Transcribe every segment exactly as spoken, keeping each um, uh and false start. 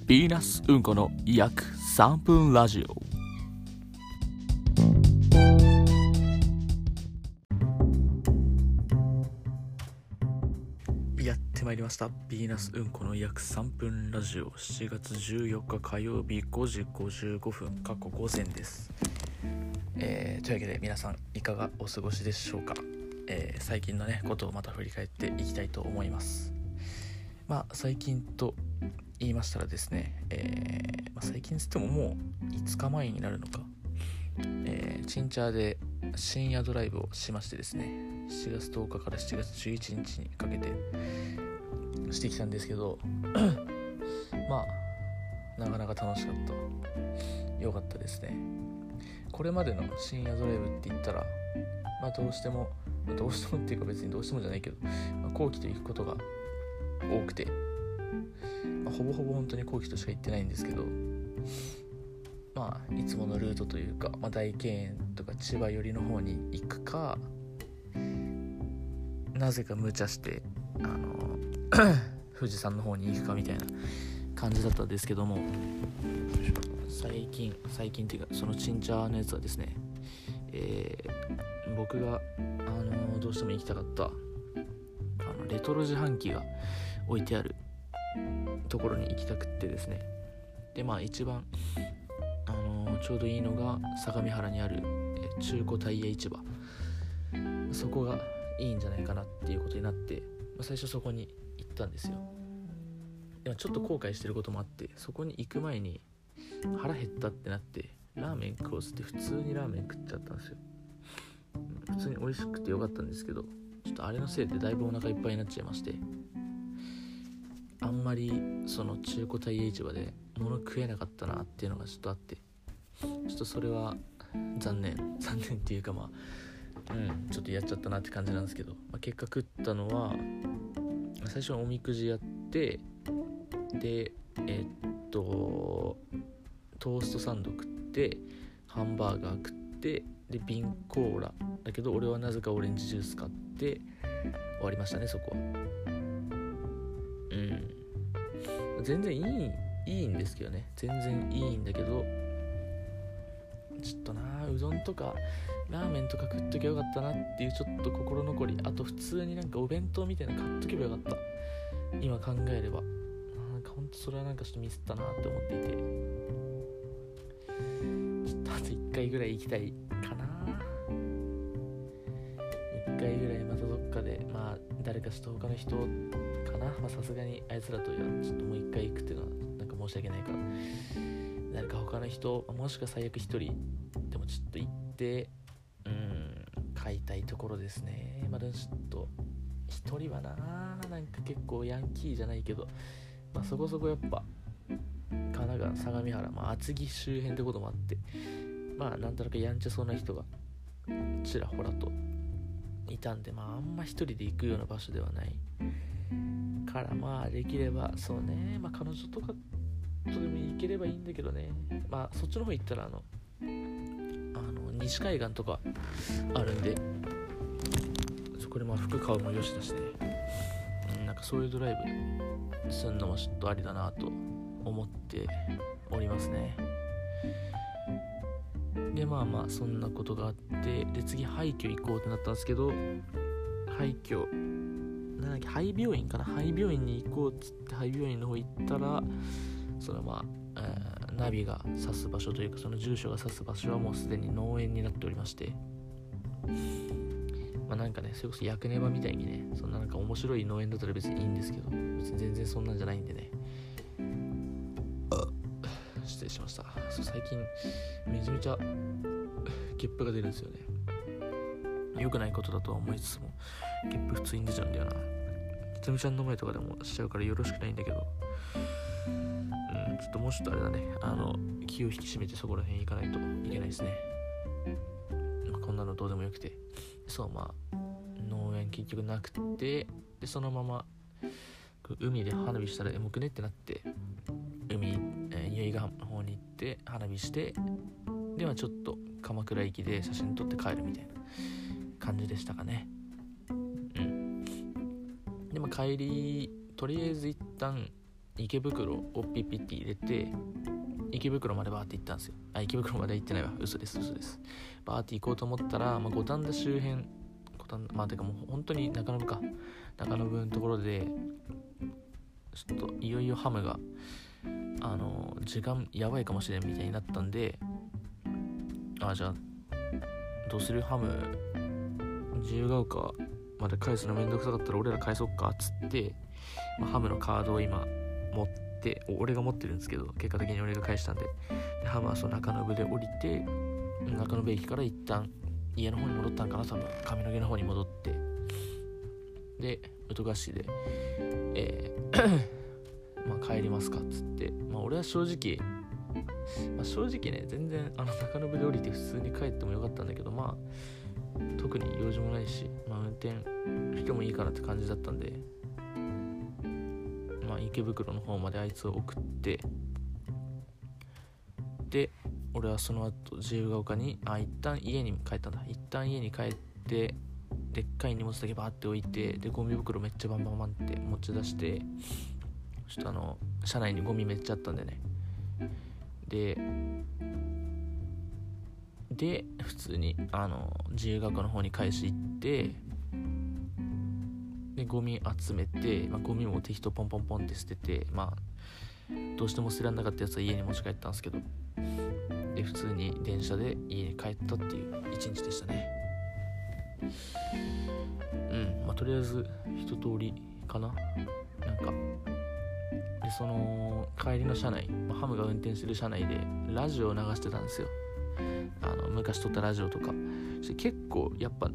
ヴィーナスうんこの約さんぷんラジオ。やってまいりました。ヴィーナスうんこの約さんぷんラジオ。しちがつじゅうよっか火曜日ごじごじゅうごふん、過去午前です。えー、というわけで皆さんいかがお過ごしでしょうか。えー、最近のねことをまた振り返っていきたいと思います。まあ最近と言いましたらですね、えーまあ、最近つってももういつかまえになるのか、えー、チンチャーで深夜ドライブをしましてですね、しちがつとおかからしちがつじゅういちにちにかけてしてきたんですけどまあなかなか楽しかった。よかったですね。これまでの深夜ドライブって言ったら、まあどうしてもどうしてもっていうか別にどうしてもじゃないけど、まあ、後期と行くことが多くて、まあ、ほぼほぼ本当に後期としか行ってないんですけど、まあいつものルートというか、まあ、大敬遠とか千葉寄りの方に行くか、なぜか無茶してあの富士山の方に行くかみたいな感じだったんですけども、最近最近っていうかそのチンチャーのやつはですね、えー、僕があのどうしても行きたかったあのレトロ自販機が置いてあるところに行きたくってですね。でまあ一番あのちょうどいいのが相模原にある中古タイヤ市場、そこがいいんじゃないかなっていうことになって、まあ、最初そこに行ったんですよ。でもちょっと後悔してることもあって、そこに行く前に腹減ったってなってラーメン食おうっつって普通にラーメン食っちゃったんですよ。普通に美味しくてよかったんですけど、ちょっとあれのせいでだいぶお腹いっぱいになっちゃいまして、あんまりその中古タイヤ市場で物食えなかったなっていうのがちょっとあって、ちょっとそれは残念残念っていうかまあうんちょっとやっちゃったなって感じなんですけど、まあ、結果食ったのは最初はおみくじやって、でえっとトーストサンド食ってハンバーガー食って、で瓶コーラだけど俺はなぜかオレンジジュース買って終わりましたね、そこは。うん全然いいいいんですけどね、全然いいんだけど、ちょっとなうどんとかラーメンとか食っときゃよかったなっていうちょっと心残り。あと普通になんかお弁当みたいなの買っとけばよかった、今考えれば。なんかほんとそれはなんかちょっとミスったなって思っていて、ちょっとあといっかいぐらい行きたいかな。いっかいぐらいまたどっかでまあ誰かちょっと他の人かな、まあさすがにあいつらとはちょっともういっかい行くっていうのはなんか申し訳ないから、誰か他の人もしくは最悪一人でもちょっと行ってうーん買いたいところですね。まだちょっと一人はななんか結構ヤンキーじゃないけど、まあそこそこやっぱ神奈川相模原、まあ厚木周辺ってこともあって、まあなんとなくやんちゃそうな人がちらほらといたんで、まああんま一人で行くような場所ではないから、まあできればそうね、まあ彼女とかとでも行ければいいんだけどね。まあそっちの方行ったらあのあの西海岸とかあるんで、そこでまあ服買うもよしだしね、うん、なんかそういうドライブすんのもちょっとありだなと思っておりますね。でまあまあそんなことがあって、で次廃墟行こうってなったんですけど、廃墟なんだっけ廃病院かな廃病院に行こうっつって廃病院の方行ったら、そのまあ、えー、ナビが指す場所というかその住所が指す場所はもうすでに農園になっておりまして、まあなんかねそれこそ薬ネバみたいにね、そんななんか面白い農園だったら別にいいんですけど、別に全然そんなんじゃないんでね、失礼しました。そう最近めちゃめちゃゲップが出るんですよね。良くないことだとは思いつつもゲップ普通に出ちゃうんだよな。ひとみちゃんの前とかでもしちゃうからよろしくないんだけど、うん、ちょっともうちょっとあれだね、あの気を引き締めてそこら辺行かないといけないですね。まあ、こんなのどうでもよくて、そうまあ農園結局なくて、でそのまま海で花火したらエモくねってなって、海、えー、由比ヶ浜の方に行って花火して、ではちょっと鎌倉駅で写真撮って帰るみたいな感じでしたかね。うんでまあ帰りとりあえず一旦池袋をピッピッて入れて池袋までバーって行ったんですよ。あ、池袋まで行ってないわ、嘘です嘘です。バーって行こうと思ったら、まあ、五反田周辺五反田まあてかもう本当に中延か中延のところでちょっといよいよハムがあの時間やばいかもしれんみたいになったんで、あじゃあどうする、ハム自由が丘まで返すのめんどくさかったら俺ら返そっかっつって、まあ、ハムのカードを今持って俺が持ってるんですけど、結果的に俺が返したんで、でハムはその中延で降りて中延駅から一旦家の方に戻ったんかな、多分上野毛の方に戻って、で宇土河市で、えー、まあ帰りますかっつって、まあ俺は正直、まあ、正直ね全然あの中延で降りて普通に帰ってもよかったんだけど、まあ特に用事もないし、まあ運転してもいいかなって感じだったんで、まあ池袋の方まであいつを送って、で俺はその後自由が丘にあ一旦家に帰ったんだ一旦家に帰ってでっかい荷物だけバーって置いて、でゴミ袋めっちゃバンバンバンって持ち出して、ちょっとあの車内にゴミめっちゃあったんでね、でで普通にあの自由が丘の方に返し行って、でゴミ集めて、まあ、ゴミも適当ポンポンポンって捨てて、まあどうしても捨てらんなかったやつは家に持ち帰ったんですけど、で普通に電車で家に帰ったっていう一日でしたね。うんまあとりあえず一通りかな。なんかでその帰りの車内、まあ、ハムが運転してる車内でラジオを流してたんですよ。あの昔撮ったラジオとか結構やっぱ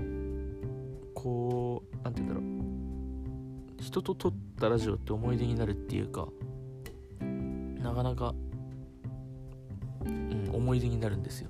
こうなんて言うんだろう、人と撮ったラジオって思い出になるっていうか、なかなか、うん、思い出になるんですよ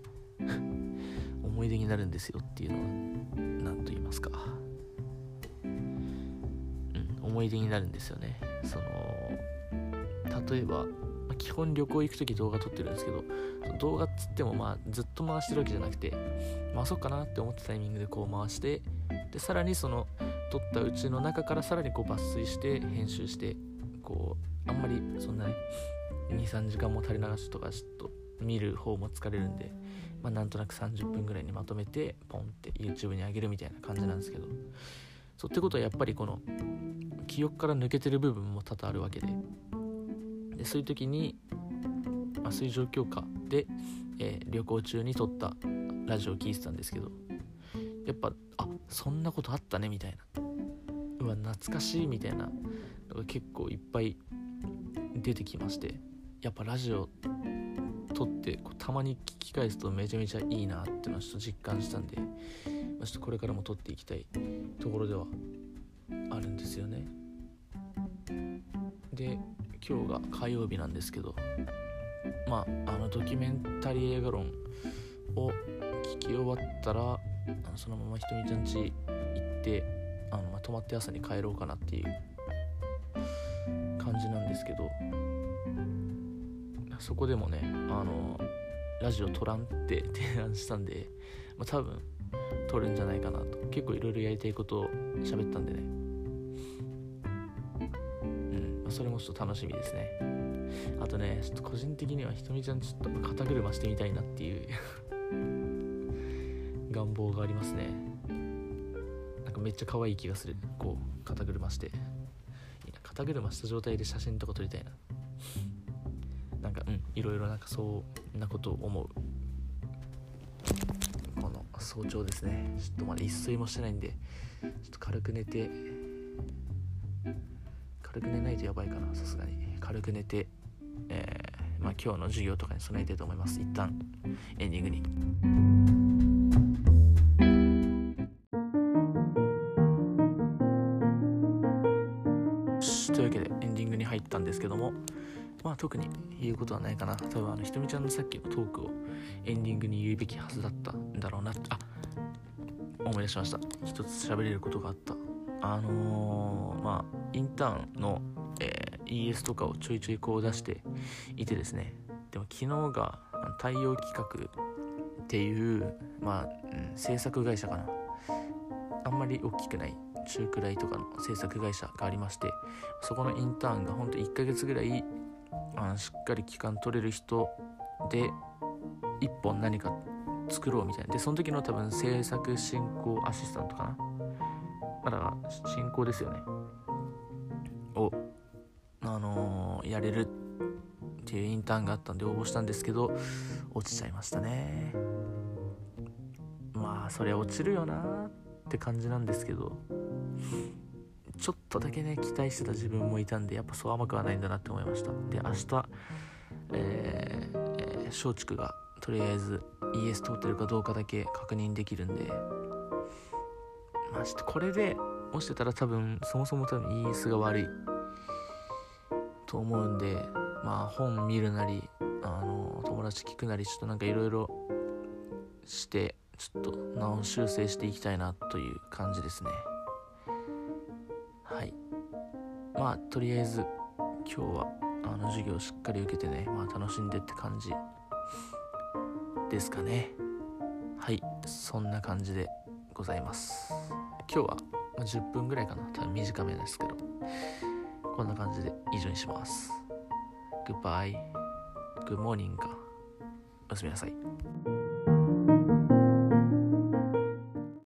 思い出になるんですよっていうのは何と言いますか、うん、思い出になるんですよね。その例えば基本旅行行くとき動画撮ってるんですけど、動画っつってもまあずっと回してるわけじゃなくて、回そうかなって思ったタイミングでこう回して、でさらにその撮ったうちの中からさらにこう抜粋して編集して、こうあんまりそんなね にさんじかんも垂れ流しとかちょっと見る方も疲れるんで、まあなんとなくさんじゅっぷんぐらいにまとめてポンって YouTube に上げるみたいな感じなんですけど、そうってことはやっぱりこの記憶から抜けてる部分も多々あるわけで、でそういう時に、まあ、そういう状況下で、えー、旅行中に撮ったラジオを聞いてたんですけど、やっぱあそんなことあったねみたいな、うわ懐かしいみたいなのが結構いっぱい出てきまして、やっぱラジオ撮ってこうたまに聞き返すとめちゃめちゃいいなっていうのをちょっと実感したんで、まあ、ちょっとこれからも撮っていきたいところではあるんですよね。で今日が火曜日なんですけど、まああのドキュメンタリー映画論を聞き終わったら、あのそのままひとみちゃん家行ってあの、まあ、泊まって朝に帰ろうかなっていう感じなんですけど、そこでもねあのラジオ撮らんって提案したんで、まあ、多分撮るんじゃないかなと。結構いろいろやりたいことを喋ったんでね、うんまあ、それもちょっと楽しみですね。あとねちょっと個人的にはひとみちゃんちょっと肩車してみたいなっていう願望がありますね。なんかめっちゃ可愛い気がする、こう肩車して、いいな肩車した状態で写真とか撮りたいな。なんかうんいろいろなんかそんなことを思うこの早朝ですね。ちょっとまだ一睡もしてないんで、ちょっと軽く寝て、軽く寝ないとやばいかな、さすがに軽く寝て、えー、まあ今日の授業とかに備えたいと思います。一旦エンディングにというわけでエンディングに入ったんですけども、まあ特に言うことはないかな。多分あのひとみちゃんのさっきのトークをエンディングに言うべきはずだったんだろうな。あ、思い出しました。一つ喋れることがあった。あのー、まあインターンの、えー、イーエス とかをちょいちょいこう出していてですね。でも昨日が太陽企画っていうまあ、うん、制作会社かな。あんまり大きくない中くらいとかの制作会社がありまして、そこのインターンがほんといっかげつぐらいあのしっかり期間取れる人でいっぽん何か作ろうみたいな。でその時の多分制作進行アシスタントかな、まだ進行ですよねを、あのー、やれるっていうインターンがあったんで応募したんですけど、落ちちゃいましたね。まあそれ落ちるよなって感じなんですけど、ちょっとだけね期待してた自分もいたんで、やっぱそう甘くはないんだなって思いました。で明日えーえー、松竹がとりあえず イーエス 通ってるかどうかだけ確認できるんで、まあちょっとこれで落ちてたら多分そもそも多分 イーエス が悪いと思うんで、まあ本見るなりあの友達聞くなりちょっとなんかいろいろしてちょっと直修正していきたいなという感じですね。はい、まあとりあえず今日はあの授業をしっかり受けてね、まあ楽しんでって感じですかね。はい、そんな感じでございます。今日はじゅっぷんぐらいかな、多分短めですけど、こんな感じで以上にします。グッバイ、グッモーニングか、おやすみなさい。